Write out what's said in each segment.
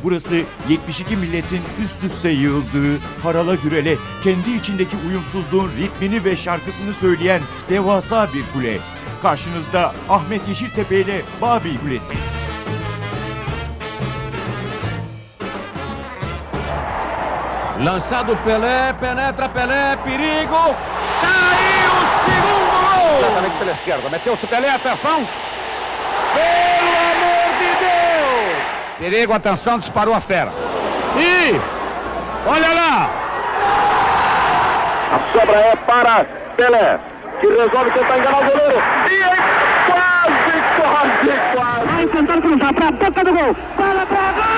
Burası 72 milletin üst üste yığıldığı, harala gürele, kendi içindeki uyumsuzluğun ritmini ve şarkısını söyleyen devasa bir kule. Karşınızda Ahmet Yeşiltepe ile Babil Kulesi. Lançado Pelé, penetra Pelé, perigo, caiu o segundo gol! Exatamente pela esquerda, meteu-se Pelé, atenção! Pelo amor de Deus! Perigo, atenção, disparou a fera. E, olha lá! A sobra é para Pelé, que resolve tentar enganar o goleiro. E quase! Vai tentando cruzar para a boca do gol. Bola para gol!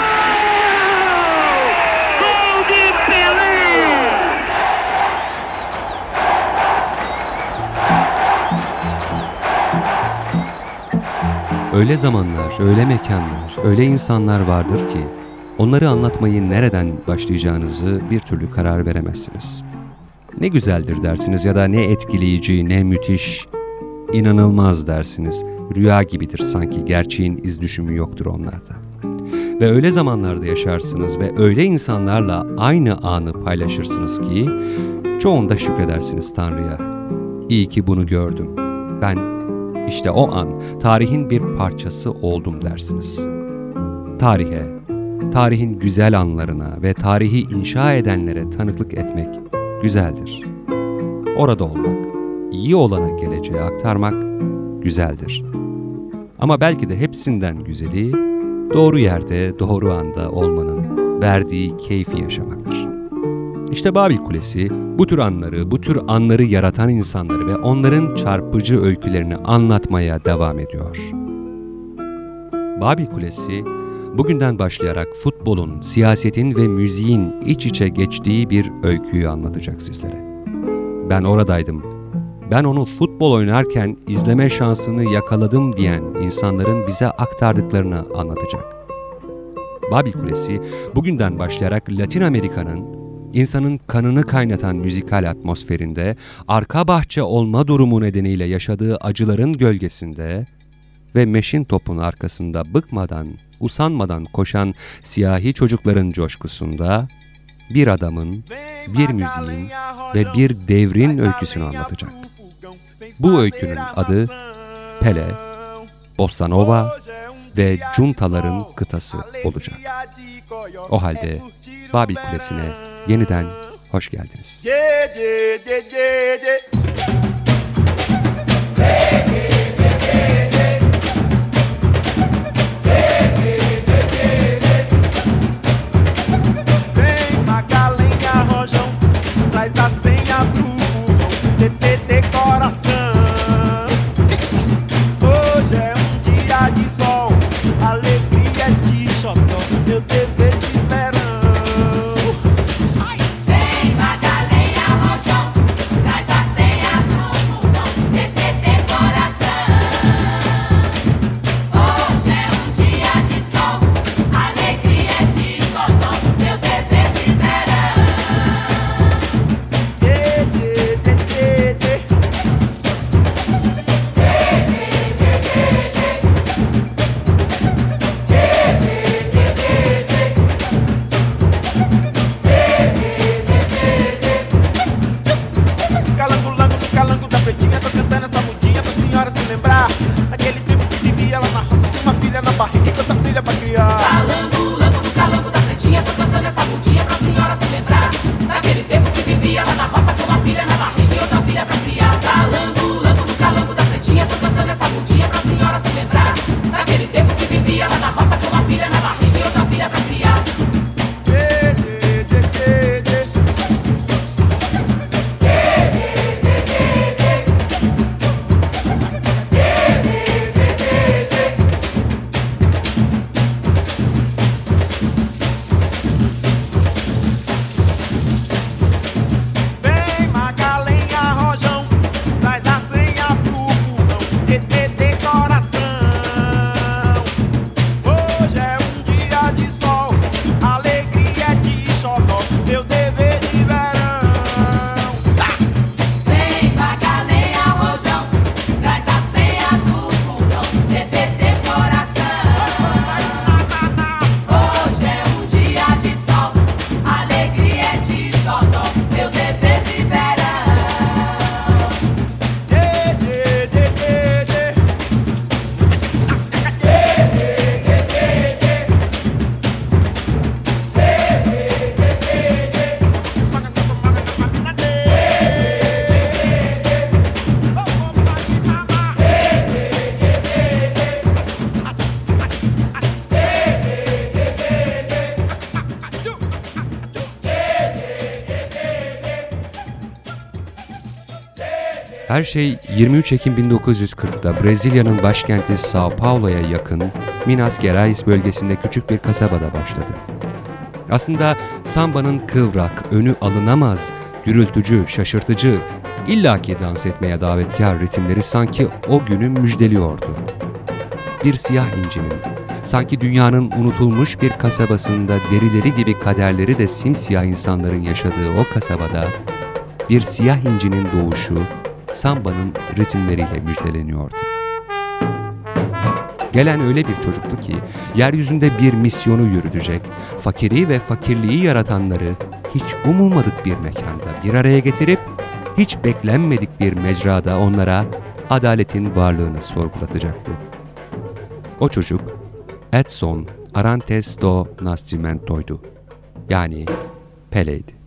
Öyle zamanlar, öyle mekanlar, öyle insanlar vardır ki onları anlatmayı nereden başlayacağınızı bir türlü karar veremezsiniz. Ne güzeldir dersiniz ya da ne etkileyici, ne müthiş, inanılmaz dersiniz. Rüya gibidir sanki, gerçeğin iz düşümü yoktur onlarda. Ve öyle zamanlarda yaşarsınız ve öyle insanlarla aynı anı paylaşırsınız ki çoğunda şükredersiniz Tanrı'ya. İyi ki bunu gördüm. Ben İşte o an tarihin bir parçası oldum dersiniz. Tarihe, tarihin güzel anlarına ve tarihi inşa edenlere tanıklık etmek güzeldir. Orada olmak, iyi olanı geleceğe aktarmak güzeldir. Ama belki de hepsinden güzeli, doğru yerde, doğru anda olmanın verdiği keyfi yaşamaktır. İşte Babil Kulesi, bu tür anları yaratan insanları ve onların çarpıcı öykülerini anlatmaya devam ediyor. Babil Kulesi, bugünden başlayarak futbolun, siyasetin ve müziğin iç içe geçtiği bir öyküyü anlatacak sizlere. Ben oradaydım, ben onu futbol oynarken izleme şansını yakaladım diyen insanların bize aktardıklarını anlatacak. Babil Kulesi, bugünden başlayarak Latin Amerika'nın İnsanın kanını kaynatan müzikal atmosferinde, arka bahçe olma durumu nedeniyle yaşadığı acıların gölgesinde ve meşin topun arkasında bıkmadan, usanmadan koşan siyahi çocukların coşkusunda bir adamın, bir müziğin ve bir devrin öyküsünü anlatacak. Bu öykünün adı Pelé, Bossa Nova ve Cuntaların kıtası olacak. O halde Babil Kulesi'ne yeniden hoş geldiniz. Vem Magalenha Rojão, traz a senha pro TTT coração. Hoje é dia de sol, alegria de xodó, meu dever de verão. Vem Magalenha Her şey 23 Ekim 1940'da Brezilya'nın başkenti São Paulo'ya yakın Minas Gerais bölgesinde küçük bir kasabada başladı. Aslında sambanın kıvrak, önü alınamaz, gürültücü, şaşırtıcı, illaki dans etmeye davetkar ritimleri sanki o günü müjdeliyordu. Bir siyah incinin, sanki dünyanın unutulmuş bir kasabasında derileri gibi kaderleri de simsiyah insanların yaşadığı o kasabada bir siyah incinin doğuşu sambanın ritimleriyle müjdeleniyordu. Gelen öyle bir çocuktu ki yeryüzünde bir misyonu yürütecek, fakiri ve fakirliği yaratanları hiç umulmadık bir mekanda bir araya getirip hiç beklenmedik bir mecrada onlara adaletin varlığını sorgulatacaktı. O çocuk Edson Arantes do Nascimento'ydu. Yani Pele'ydi.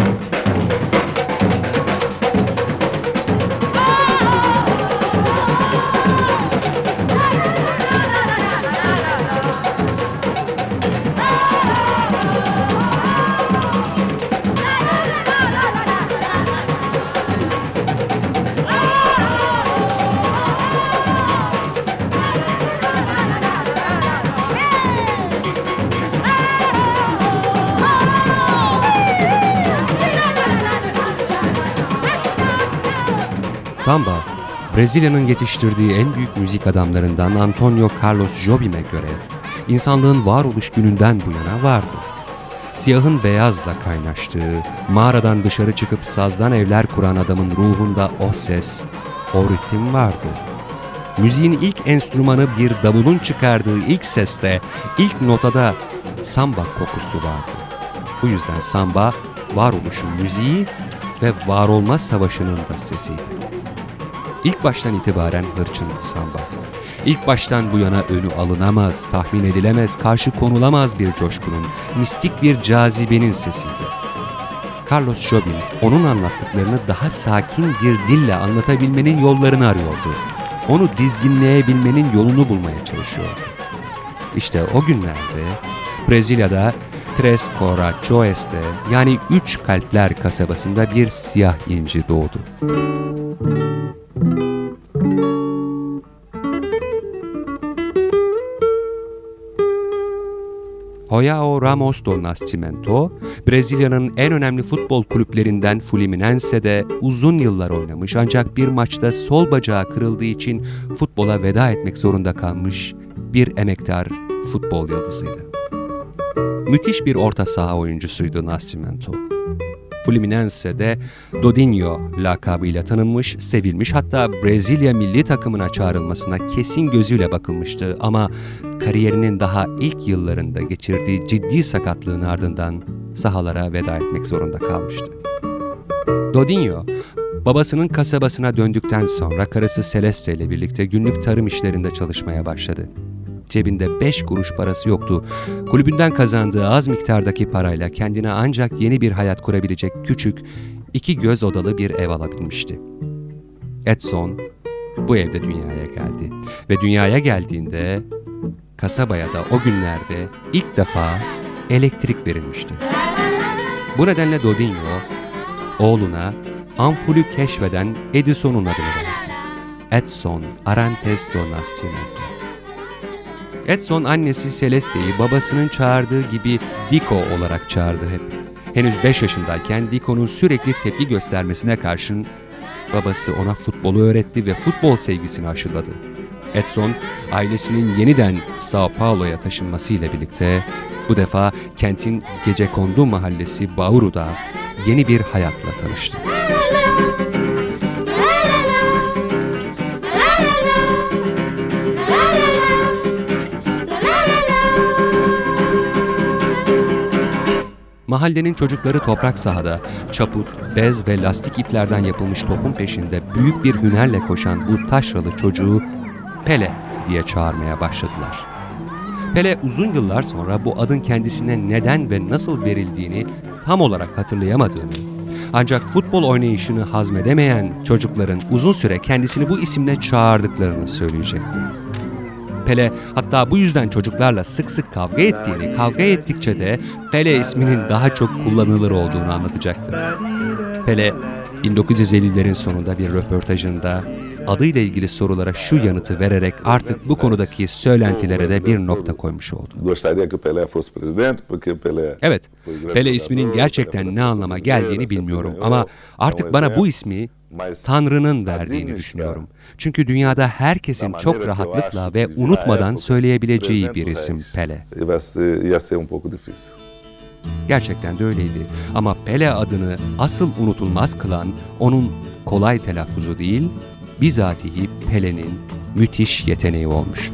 Samba, Brezilya'nın yetiştirdiği en büyük müzik adamlarından Antônio Carlos Jobim'e göre insanlığın varoluş gününden bu yana vardı. Siyahın beyazla kaynaştığı, mağaradan dışarı çıkıp sazdan evler kuran adamın ruhunda o ses, o ritim vardı. Müziğin ilk enstrümanı bir davulun çıkardığı ilk seste, ilk notada samba kokusu vardı. Bu yüzden samba, varoluşun müziği ve var olma savaşının da sesiydi. İlk baştan itibaren hırçındı samba. İlk baştan bu yana önü alınamaz, tahmin edilemez, karşı konulamaz bir coşkunun, mistik bir cazibenin sesiydi. Carlos Jobim, onun anlattıklarını daha sakin bir dille anlatabilmenin yollarını arıyordu. Onu dizginleyebilmenin yolunu bulmaya çalışıyordu. İşte o günlerde Brezilya'da Tres Corações'te yani Üç Kalpler kasabasında bir siyah inci doğdu. João Ramos do Nascimento, Brezilya'nın en önemli futbol kulüplerinden Fluminense'de uzun yıllar oynamış ancak bir maçta sol bacağı kırıldığı için futbola veda etmek zorunda kalmış bir emektar futbol yıldızıydı. Müthiş bir orta saha oyuncusuydu Nascimento. Fluminense'de Dodinho lakabıyla tanınmış, sevilmiş, hatta Brezilya milli takımına çağrılmasına kesin gözüyle bakılmıştı ama kariyerinin daha ilk yıllarında geçirdiği ciddi sakatlığın ardından sahalara veda etmek zorunda kalmıştı. Dodinho, babasının kasabasına döndükten sonra karısı Celeste ile birlikte günlük tarım işlerinde çalışmaya başladı. Cebinde 5 kuruş parası yoktu. Kulübünden kazandığı az miktardaki parayla kendine ancak yeni bir hayat kurabilecek küçük, 2 göz odalı bir ev alabilmişti. Edson bu evde dünyaya geldi ve dünyaya geldiğinde kasabaya da o günlerde ilk defa elektrik verilmişti. Bu nedenle Dodinho oğluna ampulü keşfeden Edison'un adını verdi. Edson Arantes do Nascimento. Edson annesi Celeste'yi babasının çağırdığı gibi Dico olarak çağırdı hep. Henüz 5 yaşındayken Dico'nun sürekli tepki göstermesine karşın babası ona futbolu öğretti ve futbol sevgisini aşıladı. Edson, ailesinin yeniden São Paulo'ya taşınmasıyla birlikte bu defa kentin gecekondu mahallesi Bauru'da yeni bir hayatla tanıştı. Mahallenin çocukları toprak sahada, çaput, bez ve lastik iplerden yapılmış topun peşinde büyük bir hünerle koşan bu taşralı çocuğu Pele diye çağırmaya başladılar. Pele uzun yıllar sonra bu adın kendisine neden ve nasıl verildiğini tam olarak hatırlayamadığını, ancak futbol oynayışını hazmedemeyen çocukların uzun süre kendisini bu isimle çağırdıklarını söyleyecekti. Pele hatta bu yüzden çocuklarla sık sık kavga ettiğini, kavga ettikçe de Pele isminin daha çok kullanılır olduğunu anlatacaktı. Pele 1950'lerin sonunda bir röportajında adıyla ilgili sorulara şu yanıtı vererek artık bu konudaki söylentilere de bir nokta koymuş oldu. Evet, Pele isminin gerçekten ne anlama geldiğini bilmiyorum ama artık bana bu ismi Tanrı'nın verdiğini düşünüyorum. Çünkü dünyada herkesin çok rahatlıkla ve unutmadan söyleyebileceği bir isim Pele. Gerçekten de öyleydi. Ama Pele adını asıl unutulmaz kılan onun kolay telaffuzu değil, bizatihi Pele'nin müthiş yeteneği olmuş.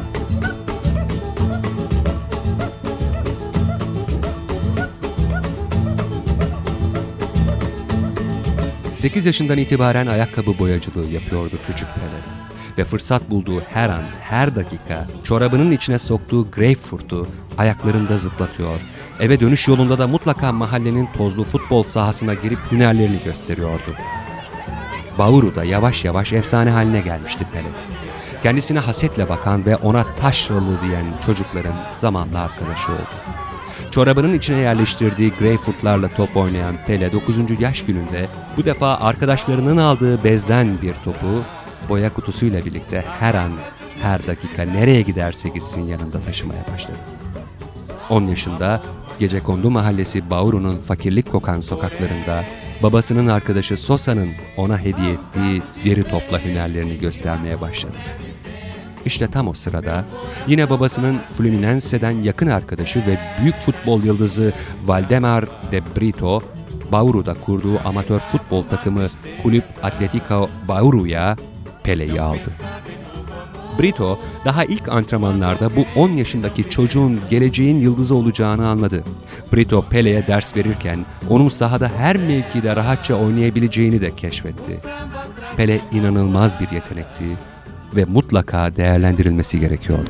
...8 yaşından itibaren ayakkabı boyacılığı yapıyordu küçük Pele. Ve fırsat bulduğu her an, her dakika çorabının içine soktuğu greyfurtu ayaklarında zıplatıyor. Eve dönüş yolunda da mutlaka mahallenin tozlu futbol sahasına girip hünerlerini gösteriyordu. Bauru'da yavaş yavaş efsane haline gelmişti Pele. Kendisine hasetle bakan ve ona taşralı diyen çocukların zamanla arkadaşı oldu. Çorabının içine yerleştirdiği greyfurtlarla top oynayan Pele 9. yaş gününde bu defa arkadaşlarının aldığı bezden bir topu boya kutusuyla birlikte her an, her dakika nereye giderse gitsin yanında taşımaya başladı. 10 yaşında Gecekondu mahallesi Bauru'nun fakirlik kokan sokaklarında babasının arkadaşı Sosa'nın ona hediye ettiği deri topla hünerlerini göstermeye başladı. İşte tam o sırada yine babasının Fluminense'den yakın arkadaşı ve büyük futbol yıldızı Valdemar de Brito, Bauru'da kurduğu amatör futbol takımı Kulüp Atletico Bauru'ya Pele'yi aldı. Brito daha ilk antrenmanlarda bu 10 yaşındaki çocuğun geleceğin yıldızı olacağını anladı. Brito Pele'ye ders verirken onun sahada her mevkide rahatça oynayabileceğini de keşfetti. Pele inanılmaz bir yetenekti ve mutlaka değerlendirilmesi gerekiyordu.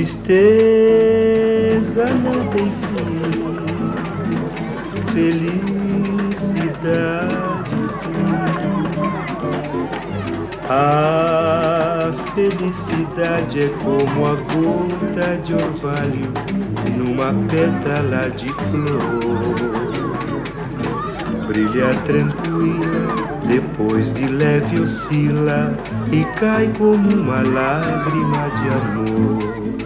Tristeza não tem fim, felicidade sim. A felicidade é como a gota de orvalho numa pétala de flor. Brilha tranquila, depois de leve oscila e cai como uma lágrima de amor.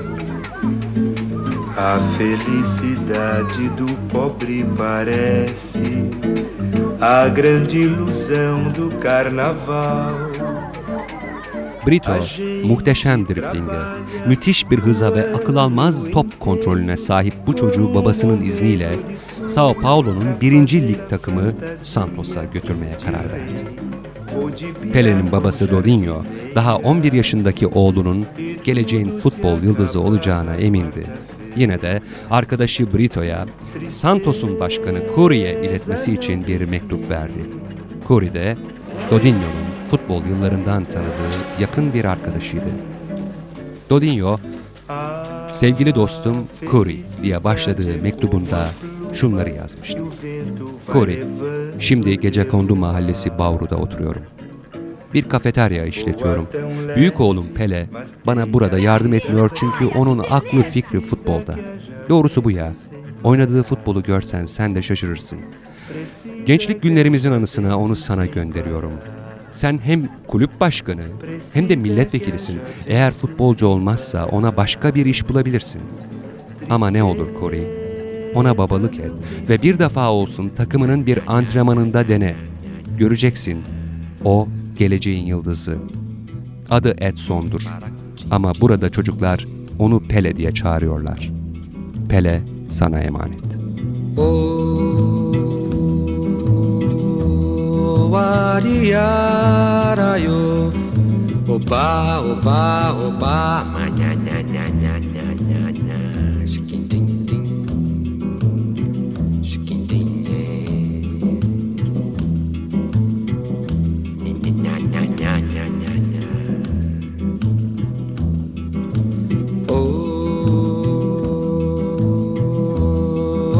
A felicidade do pobre parece a grande ilusão do carnaval. Brito muhteşem driblinge, müthiş bir hıza ve akıl almaz top kontrolüne sahip bu çocuğu babasının izniyle Sao Paulo'nun 1. lig takımı Santos'a götürmeye karar verdi. Pele'nin babası Dodinho daha 11 yaşındaki oğlunun geleceğin futbol yıldızı olacağına emindi. Yine de arkadaşı Brito'ya Santos'un başkanı Curi'ye iletmesi için bir mektup verdi. Curi de Dodinho'nun futbol yıllarından tanıdığı yakın bir arkadaşıydı. Dodinho, sevgili dostum Curi diye başladığı mektubunda şunları yazmıştı. Curi, şimdi Gecekondu mahallesi Bauru'da oturuyorum. Bir kafeterya işletiyorum. Büyük oğlum Pele bana burada yardım etmiyor çünkü onun aklı fikri futbolda. Doğrusu bu ya. Oynadığı futbolu görsen sen de şaşırırsın. Gençlik günlerimizin anısına onu sana gönderiyorum. Sen hem kulüp başkanı hem de milletvekilisin. Eğer futbolcu olmazsa ona başka bir iş bulabilirsin. Ama ne olur Curi, ona babalık et ve bir defa olsun takımının bir antrenmanında dene. Göreceksin, o geleceğin yıldızı. Adı Edson'dur. Ama burada çocuklar onu Pele diye çağırıyorlar. Pele sana emanet. Ariarayo, oba, oba, oba, nya nya nya nya nya nya nya, şikintin tin, şikintin nya nya nya nya nya nya nya. Oh,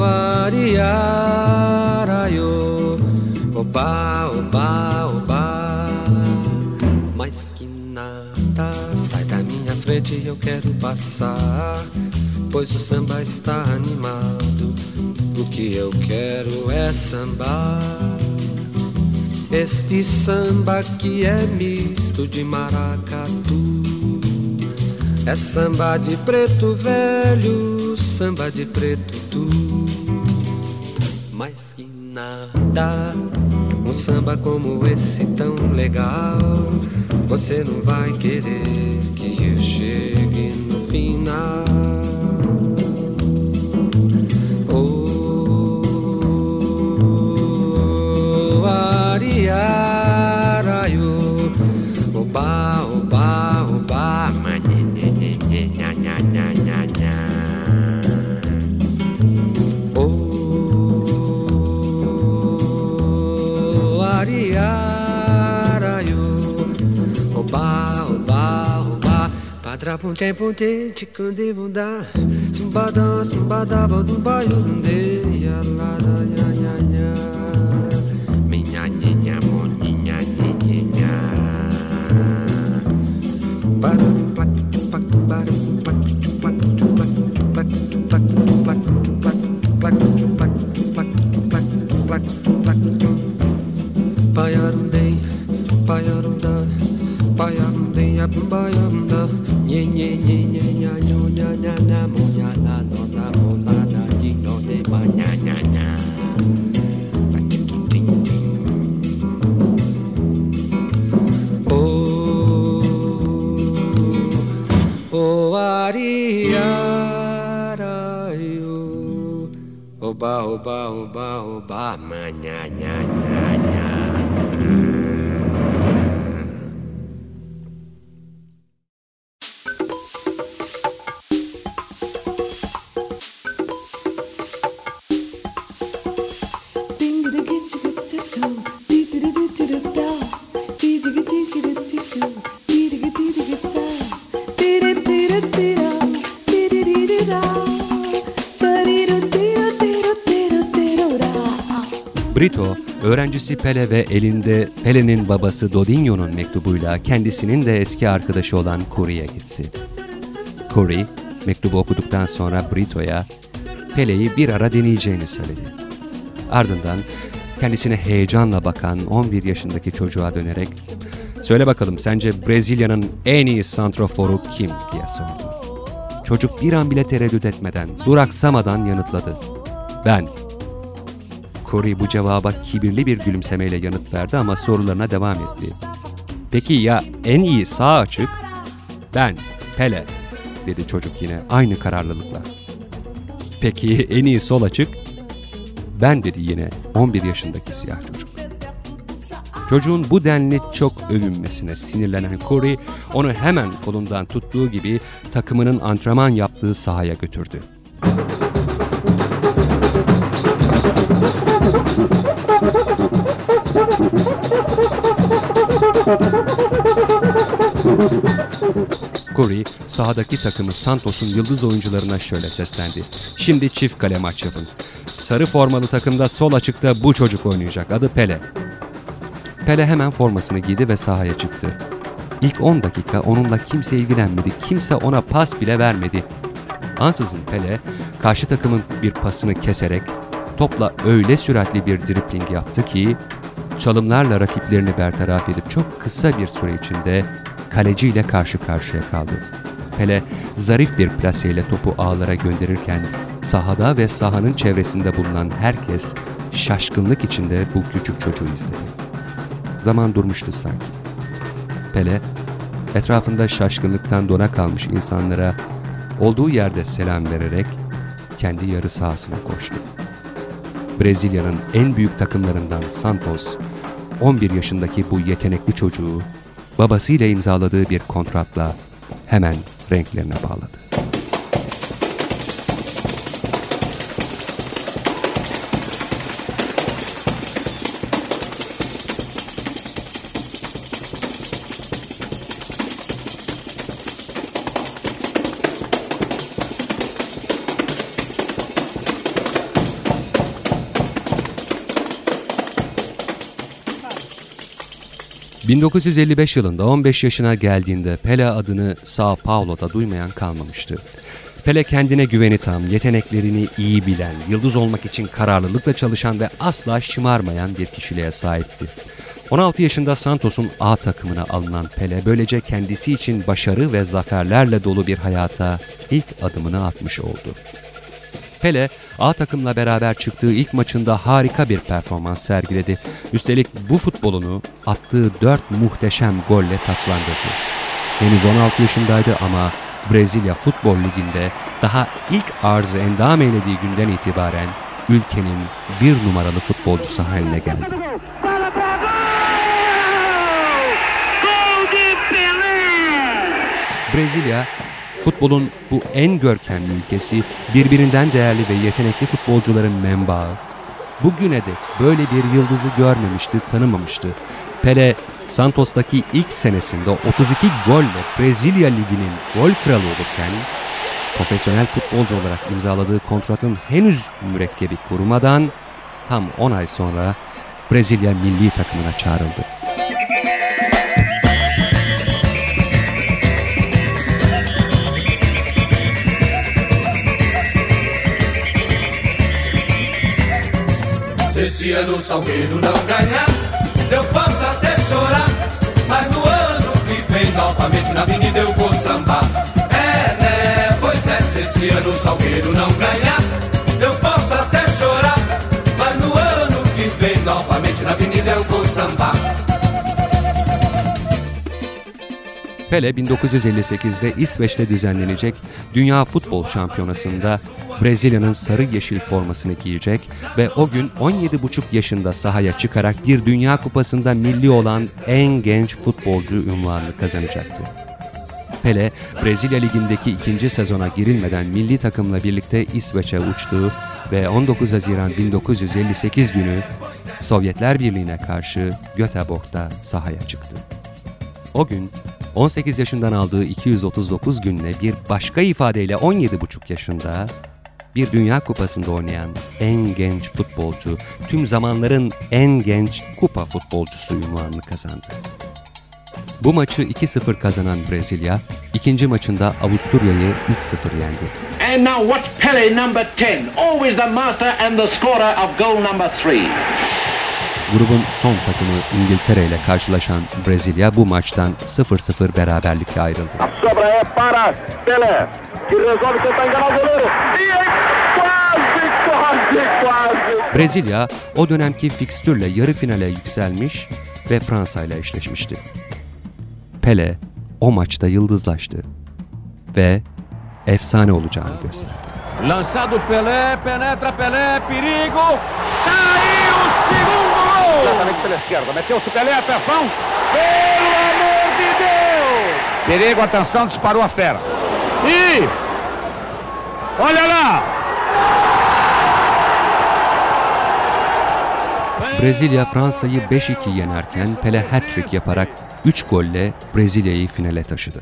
ariarayo, oba, oba, oba, mas que nada, sai da minha frente, eu quero passar, pois o samba está animado, o que eu quero é sambar. este samba que é misto de maracatu. É samba de preto velho, samba de preto tu. Mais que nada, um samba como esse tão legal, você não vai querer que eu chegue no final. Oh, ariaraio, oba, oba, oba, nha, nha, nha, nha, nha. Oh, ariaraio, oba, oba, oba, padra punte punte, chikunde bunda, sumbada, sumbada, badumbaio, zandeia, la la ya ya ya, minha nha, moninha, nha. Payarundei, payarunda, payarundei, abumbayanda, nye nye nye nye nya nyo nya nya nya mo nya na no na mo na na di no de ma nya nya nya. Oh, ariaraio, oba, oba, oba, oba, ma nya nya nya nya. Brito, öğrencisi Pele ve elinde Pele'nin babası Dodinho'nun mektubuyla kendisinin de eski arkadaşı olan Curie'ye gitti. Curie, mektubu okuduktan sonra Brito'ya Pele'yi bir ara deneyeceğini söyledi. Ardından kendisine heyecanla bakan 11 yaşındaki çocuğa dönerek "Söyle bakalım sence Brezilya'nın en iyi santroforu kim?" diye sordu. Çocuk bir an bile tereddüt etmeden, duraksamadan yanıtladı. "Ben." Curie bu cevaba kibirli bir gülümsemeyle yanıt verdi ama sorularına devam etti. "Peki ya en iyi sağ açık?" "Ben, Pele," dedi çocuk yine aynı kararlılıkla. "Peki en iyi sol açık?" "Ben," dedi yine 11 yaşındaki siyah çocuk. Çocuğun bu denli çok övünmesine sinirlenen Curie onu hemen kolundan tuttuğu gibi takımının antrenman yaptığı sahaya götürdü. Curie, sahadaki takımı Santos'un yıldız oyuncularına şöyle seslendi. "Şimdi çift kale maç yapın. Sarı formalı takımda sol açıkta bu çocuk oynayacak. Adı Pele." Pele hemen formasını giydi ve sahaya çıktı. İlk 10 dakika onunla kimse ilgilenmedi, kimse ona pas bile vermedi. Ansızın Pele, karşı takımın bir pasını keserek topla öyle süratli bir dribling yaptı ki, çalımlarla rakiplerini bertaraf edip çok kısa bir süre içinde kaleciyle karşı karşıya kaldı. Pele, zarif bir plaseyle topu ağlara gönderirken, sahada ve sahanın çevresinde bulunan herkes şaşkınlık içinde bu küçük çocuğu izledi. Zaman durmuştu sanki. Pele, etrafında şaşkınlıktan dona kalmış insanlara olduğu yerde selam vererek kendi yarı sahasına koştu. Brezilya'nın en büyük takımlarından Santos, 11 yaşındaki bu yetenekli çocuğu babasıyla imzaladığı bir kontratla hemen renklerine bağladı. ...1955 yılında 15 yaşına geldiğinde Pele adını Sao Paulo'da duymayan kalmamıştı. Pele kendine güveni tam, yeteneklerini iyi bilen, yıldız olmak için kararlılıkla çalışan ve asla şımarmayan bir kişiliğe sahipti. 16 yaşında Santos'un A takımına alınan Pele böylece kendisi için başarı ve zaferlerle dolu bir hayata ilk adımını atmış oldu. Pele, A takımla beraber çıktığı ilk maçında harika bir performans sergiledi. Üstelik bu futbolunu attığı 4 muhteşem golle taçlandırdı. Henüz 16 yaşındaydı ama Brezilya Futbol Ligi'nde daha ilk arzı endam eylediği günden itibaren ülkenin bir numaralı futbolcusu haline geldi. Brezilya, futbolun bu en görkemli ülkesi, birbirinden değerli ve yetenekli futbolcuların menbaı. Bugüne dek böyle bir yıldızı görmemişti, tanımamıştı. Pele, Santos'taki ilk senesinde 32 golle Brezilya Ligi'nin gol kralı olurken, profesyonel futbolcu olarak imzaladığı kontratın henüz mürekkebi kurumadan tam 10 ay sonra Brezilya milli takımına çağrıldı. Se esse ano o Salgueiro não ganhar, eu posso até chorar, mas no ano que vem novamente na avenida eu vou sambar. Pois é, se esse ano o Salgueiro não ganhar, eu posso até chorar, mas no ano que vem novamente na avenida eu vou sambar. Pele 1958'de İsveç'te düzenlenecek Dünya Futbol Şampiyonası'nda Brezilya'nın sarı yeşil formasını giyecek ve o gün 17,5 yaşında sahaya çıkarak bir Dünya Kupası'nda milli olan en genç futbolcu unvanını kazanacaktı. Pele, Brezilya Ligi'ndeki ikinci sezona girilmeden milli takımla birlikte İsveç'e uçtu ve 19 Haziran 1958 günü Sovyetler Birliği'ne karşı Göteborg'da sahaya çıktı. O gün 18 yaşından aldığı 239 günle bir başka ifadeyle 17,5 yaşında bir Dünya Kupası'nda oynayan en genç futbolcu, tüm zamanların en genç kupa futbolcusu unvanını kazandı. Bu maçı 2-0 kazanan Brezilya, ikinci maçında Avusturya'yı 3-0 yendi. And now watch Pele number 10, always the master and the scorer of goal number 3. Grubun son takımı İngiltere ile karşılaşan Brezilya bu maçtan 0-0 beraberlikle ayrıldı. Sobra é para Pelé, que resolve tentar enganar o goleiro. Quase. Brezilya o dönemki fikstürle yarı finale yükselmiş ve Fransa ile eşleşmişti. Pele o maçta yıldızlaştı ve efsane olacağını gösterdi. Lançado Pelé, penetra Pelé, perigo! Caiu o segundo gol! Exatamente pela esquerda, meteu-se Pelé, atenção! Pelo amor de Deus! Perigo, atenção, disparou a fera. E olha lá! Brezilya Fransa'yı 5-2 yenerken Pele hat-trick yaparak 3 golle Brezilya'yı finale taşıdı.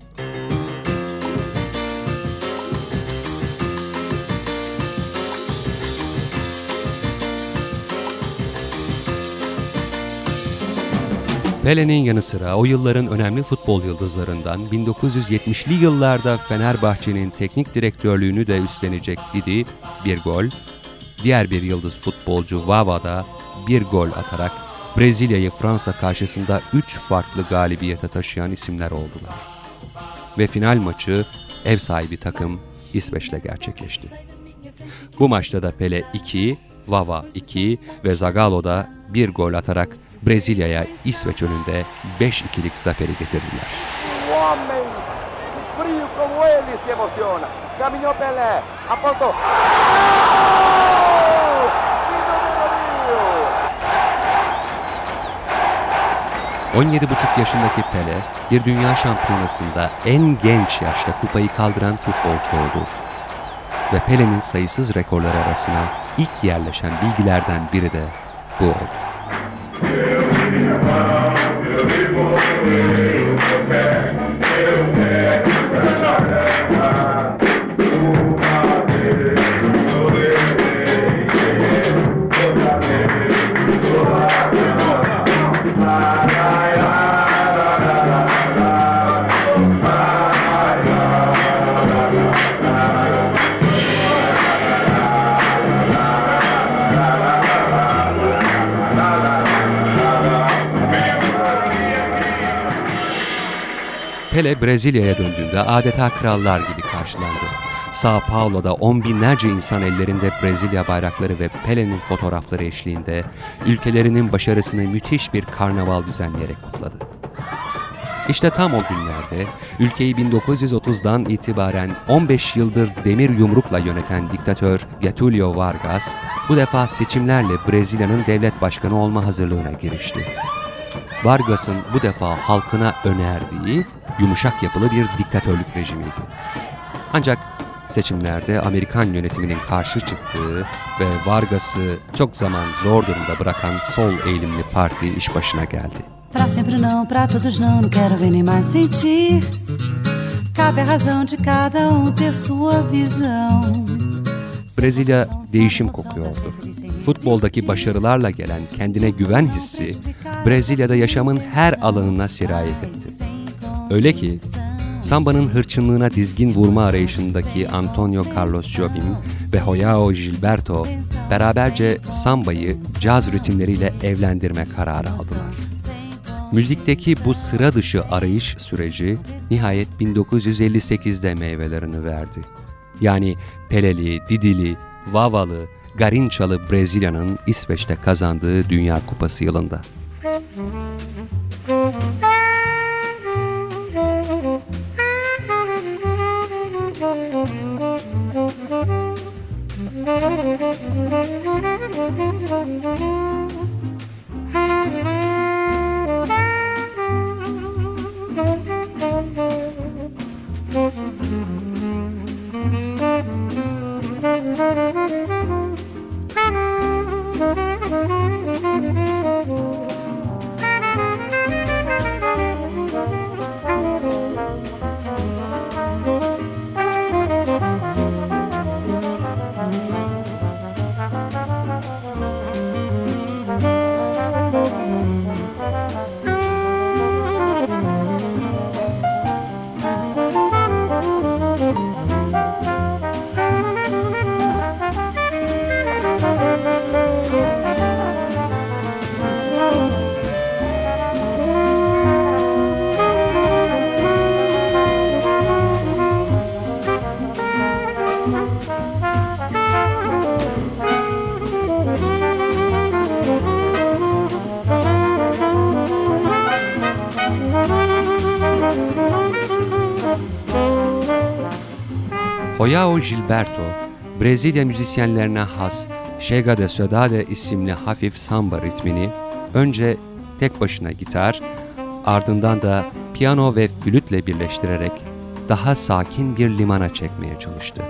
Pele'nin yanı sıra o yılların önemli futbol yıldızlarından 1970'li yıllarda Fenerbahçe'nin teknik direktörlüğünü de üstlenecek Didi bir gol, diğer bir yıldız futbolcu Vava da bir gol atarak Brezilya'yı Fransa karşısında 3 farklı galibiyete taşıyan isimler oldular. Ve final maçı ev sahibi takım İsveç'le gerçekleşti. Bu maçta da Pele 2, Vava 2 ve Zagallo da bir gol atarak Brezilya'ya İsveç önünde 5-2'lik zaferi getirdiler. Homem frio como ele se emociona. Caminhou Pelé, apontou. 17,5 yaşındaki Pele, bir dünya şampiyonasında en genç yaşta kupayı kaldıran futbolcu oldu. Ve Pele'nin sayısız rekorlar arasına ilk yerleşen bilgilerden biri de bu oldu. Pele Brezilya'ya döndüğünde adeta krallar gibi karşılandı. São Paulo'da on binlerce insan ellerinde Brezilya bayrakları ve Pele'nin fotoğrafları eşliğinde ülkelerinin başarısını müthiş bir karnaval düzenleyerek kutladı. İşte tam o günlerde ülkeyi 1930'dan itibaren 15 yıldır demir yumrukla yöneten diktatör Getúlio Vargas bu defa seçimlerle Brezilya'nın devlet başkanı olma hazırlığına girişti. Vargas'ın bu defa halkına önerdiği yumuşak yapılı bir diktatörlük rejimiydi. Ancak seçimlerde Amerikan yönetiminin karşı çıktığı ve Vargas'ı çok zaman zor durumda bırakan sol eğilimli parti iş başına geldi. Pra sempre não, pra todos não, não quero ver nem mais sentir. Cabe a razão de cada ter sua visão. Brezilya değişim kokuyordu. Futboldaki başarılarla gelen kendine güven hissi Brezilya'da yaşamın her alanına sirayet etti. Öyle ki sambanın hırçınlığına dizgin vurma arayışındaki Antonio Carlos Jobim ve João Gilberto beraberce sambayı caz ritimleriyle evlendirme kararı aldılar. Müzikteki bu sıra dışı arayış süreci nihayet 1958'de meyvelerini verdi. Yani Peleli, Didili, Vavalı, Garinçalı Brezilya'nın İsveç'te kazandığı Dünya Kupası yılında. João Gilberto, Brezilya müzisyenlerine has Chega de Saudade isimli hafif samba ritmini önce tek başına gitar, ardından da piyano ve flütle birleştirerek daha sakin bir limana çekmeye çalıştı.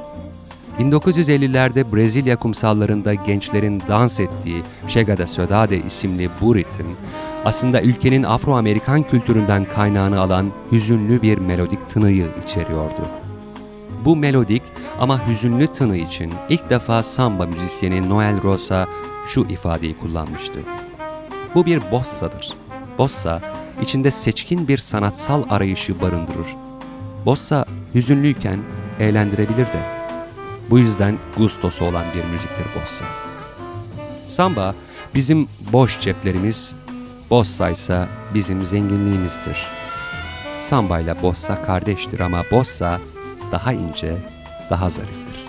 1950'lerde Brezilya kumsallarında gençlerin dans ettiği Chega de Saudade isimli bu ritim, aslında ülkenin Afro-Amerikan kültüründen kaynağını alan hüzünlü bir melodik tınıyı içeriyordu. Bu melodik ama hüzünlü tını için ilk defa samba müzisyeni Noel Rosa şu ifadeyi kullanmıştı. Bu bir bossa'dır. Bossa, içinde seçkin bir sanatsal arayışı barındırır. Bossa, hüzünlüyken eğlendirebilir de. Bu yüzden gustosu olan bir müziktir bossa. Samba, bizim boş ceplerimiz, bossa ise bizim zenginliğimizdir. Samba ile bossa kardeştir ama bossa daha ince, daha zariftir.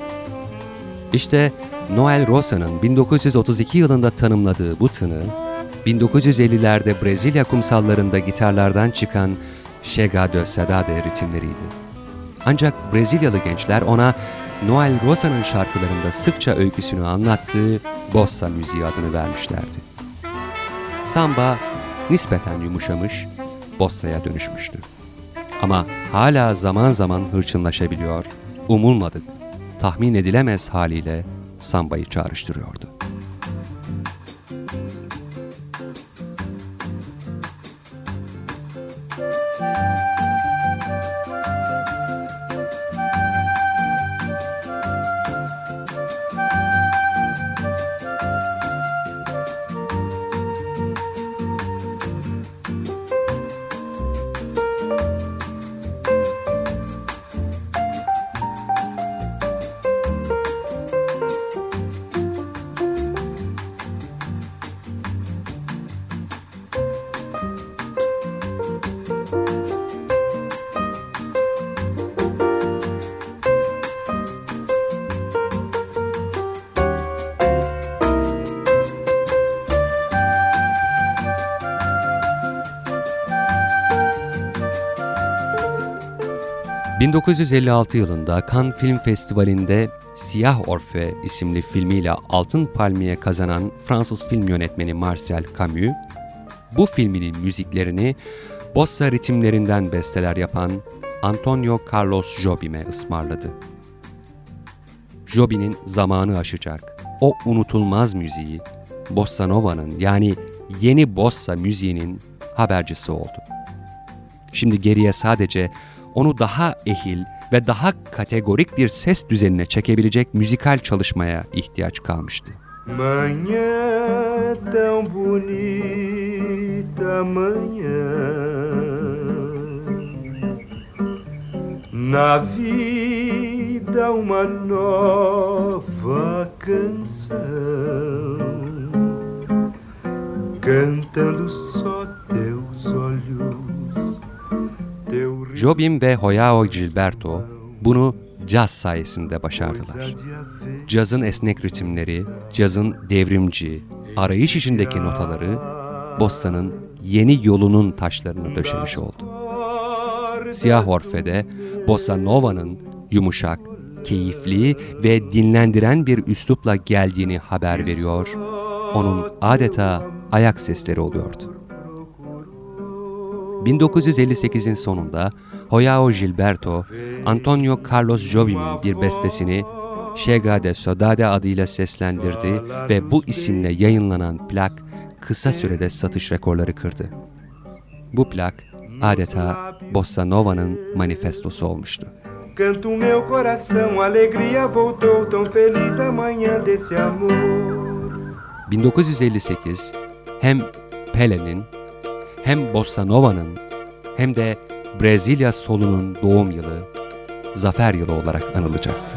İşte Noel Rosa'nın 1932 yılında tanımladığı bu tını, 1950'lerde Brezilya kumsallarında gitarlardan çıkan Chega de Saudade ritimleriydi. Ancak Brezilyalı gençler ona Noel Rosa'nın şarkılarında sıkça öyküsünü anlattığı bossa müziği adını vermişlerdi. Samba nispeten yumuşamış, bossa'ya dönüşmüştü. Ama hala zaman zaman hırçınlaşabiliyor, umulmadık, tahmin edilemez haliyle sambayı çağrıştırıyordu. 1956 yılında Cannes Film Festivali'nde Siyah Orfe isimli filmiyle Altın Palmiye kazanan Fransız film yönetmeni Marcel Camus, bu filminin müziklerini bossa ritimlerinden besteler yapan Antonio Carlos Jobim'e ısmarladı. Jobim'in zamanı aşacak o unutulmaz müziği, Bossa Nova'nın yani yeni bossa müziğinin habercisi oldu. Şimdi geriye sadece onu daha ehil ve daha kategorik bir ses düzenine çekebilecek müzikal çalışmaya ihtiyaç kalmıştı. Manhã tão bonita, manhã na vida uma nova canção cantando só teus olhos. Jobim ve Joao Gilberto bunu caz sayesinde başardılar. Cazın esnek ritimleri, cazın devrimci, arayış içindeki notaları, bossa'nın yeni yolunun taşlarını döşemiş oldu. Siyah Orfe'de Bossa Nova'nın yumuşak, keyifli ve dinlendiren bir üslupla geldiğini haber veriyor, onun adeta ayak sesleri oluyordu. 1958'in sonunda Joao Gilberto, Antonio Carlos Jobim'in bir bestesini Chega de Saudade adıyla seslendirdi ve bu isimle yayınlanan plak kısa sürede satış rekorları kırdı. Bu plak adeta Bossa Nova'nın manifestosu olmuştu. Canto meu coração, alegria voltou tão feliz amanhã desse amor. 1958 hem Pele'nin hem Bossa Nova'nın hem de Brezilya solunun doğum yılı, zafer yılı olarak anılacaktı.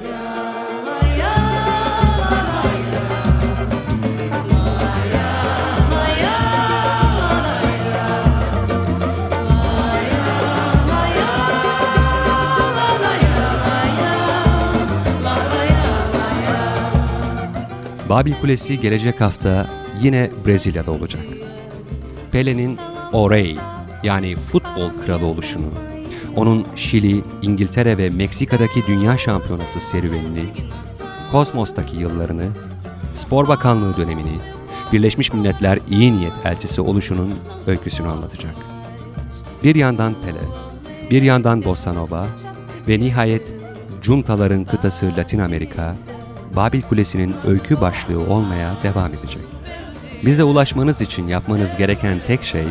Babil Kulesi gelecek hafta yine Brezilya'da olacak. Pele'nin Orey yani futbol kralı oluşunu, onun Şili, İngiltere ve Meksika'daki Dünya Şampiyonası serüvenini, Kosmos'taki yıllarını, Spor Bakanlığı dönemini, Birleşmiş Milletler İyi Niyet Elçisi oluşunun öyküsünü anlatacak. Bir yandan Pele, bir yandan Bossa Nova ve nihayet Cuntaların kıtası Latin Amerika, Babil Kulesi'nin öykü başlığı olmaya devam edecek. Bize ulaşmanız için yapmanız gereken tek şey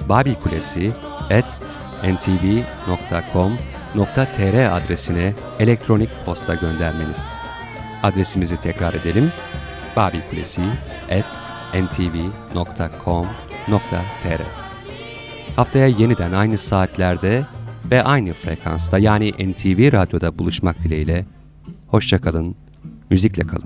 babilkulesi@ntv.com.tr adresine elektronik posta göndermeniz. Adresimizi tekrar edelim. babilkulesi@ntv.com.tr. Haftaya yeniden aynı saatlerde ve aynı frekansta yani NTV Radyo'da buluşmak dileğiyle. Hoşça kalın, müzikle kalın.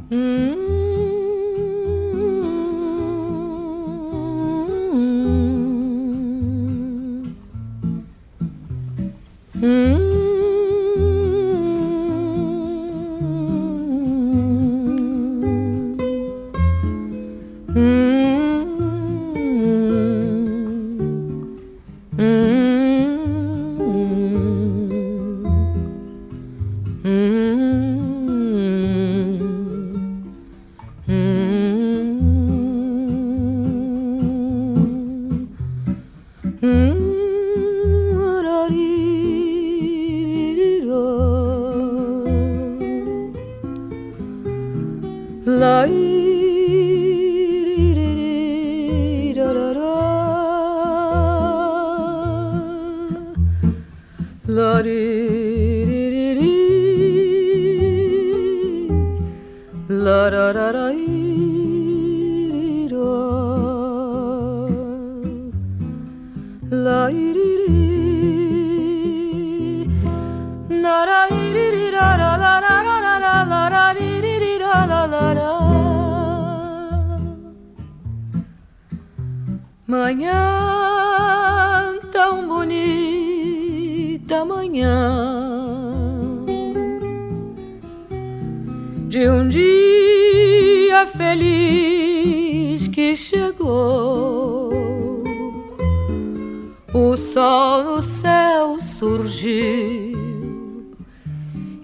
Manhã tão bonita, manhã de dia feliz que chegou. O sol no céu surgiu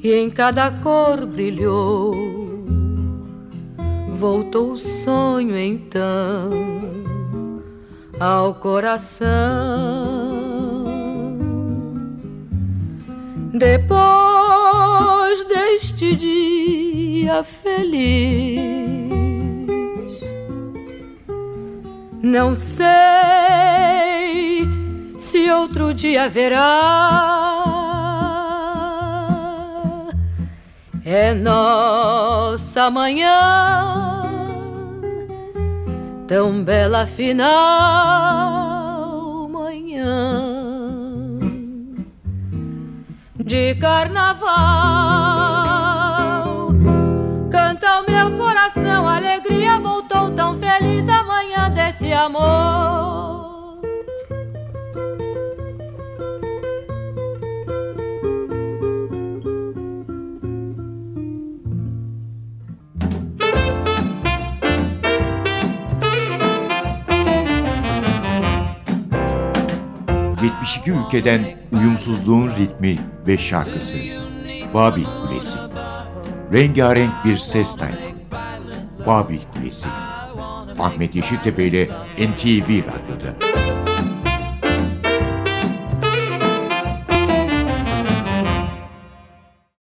e em cada cor brilhou. Voltou o sonho então ao coração. Depois deste dia feliz, não sei se outro dia haverá. É nossa manhã tão bela final, manhã de carnaval. Canta o meu coração, a alegria voltou tão feliz, amanhã desse amor. ...72 ülkeden uyumsuzluğun ritmi ve şarkısı. Babil Kulesi. Rengarenk bir ses tayfı. Babil Kulesi. Ahmet Yeşiltepe ile NTV Radyo'da.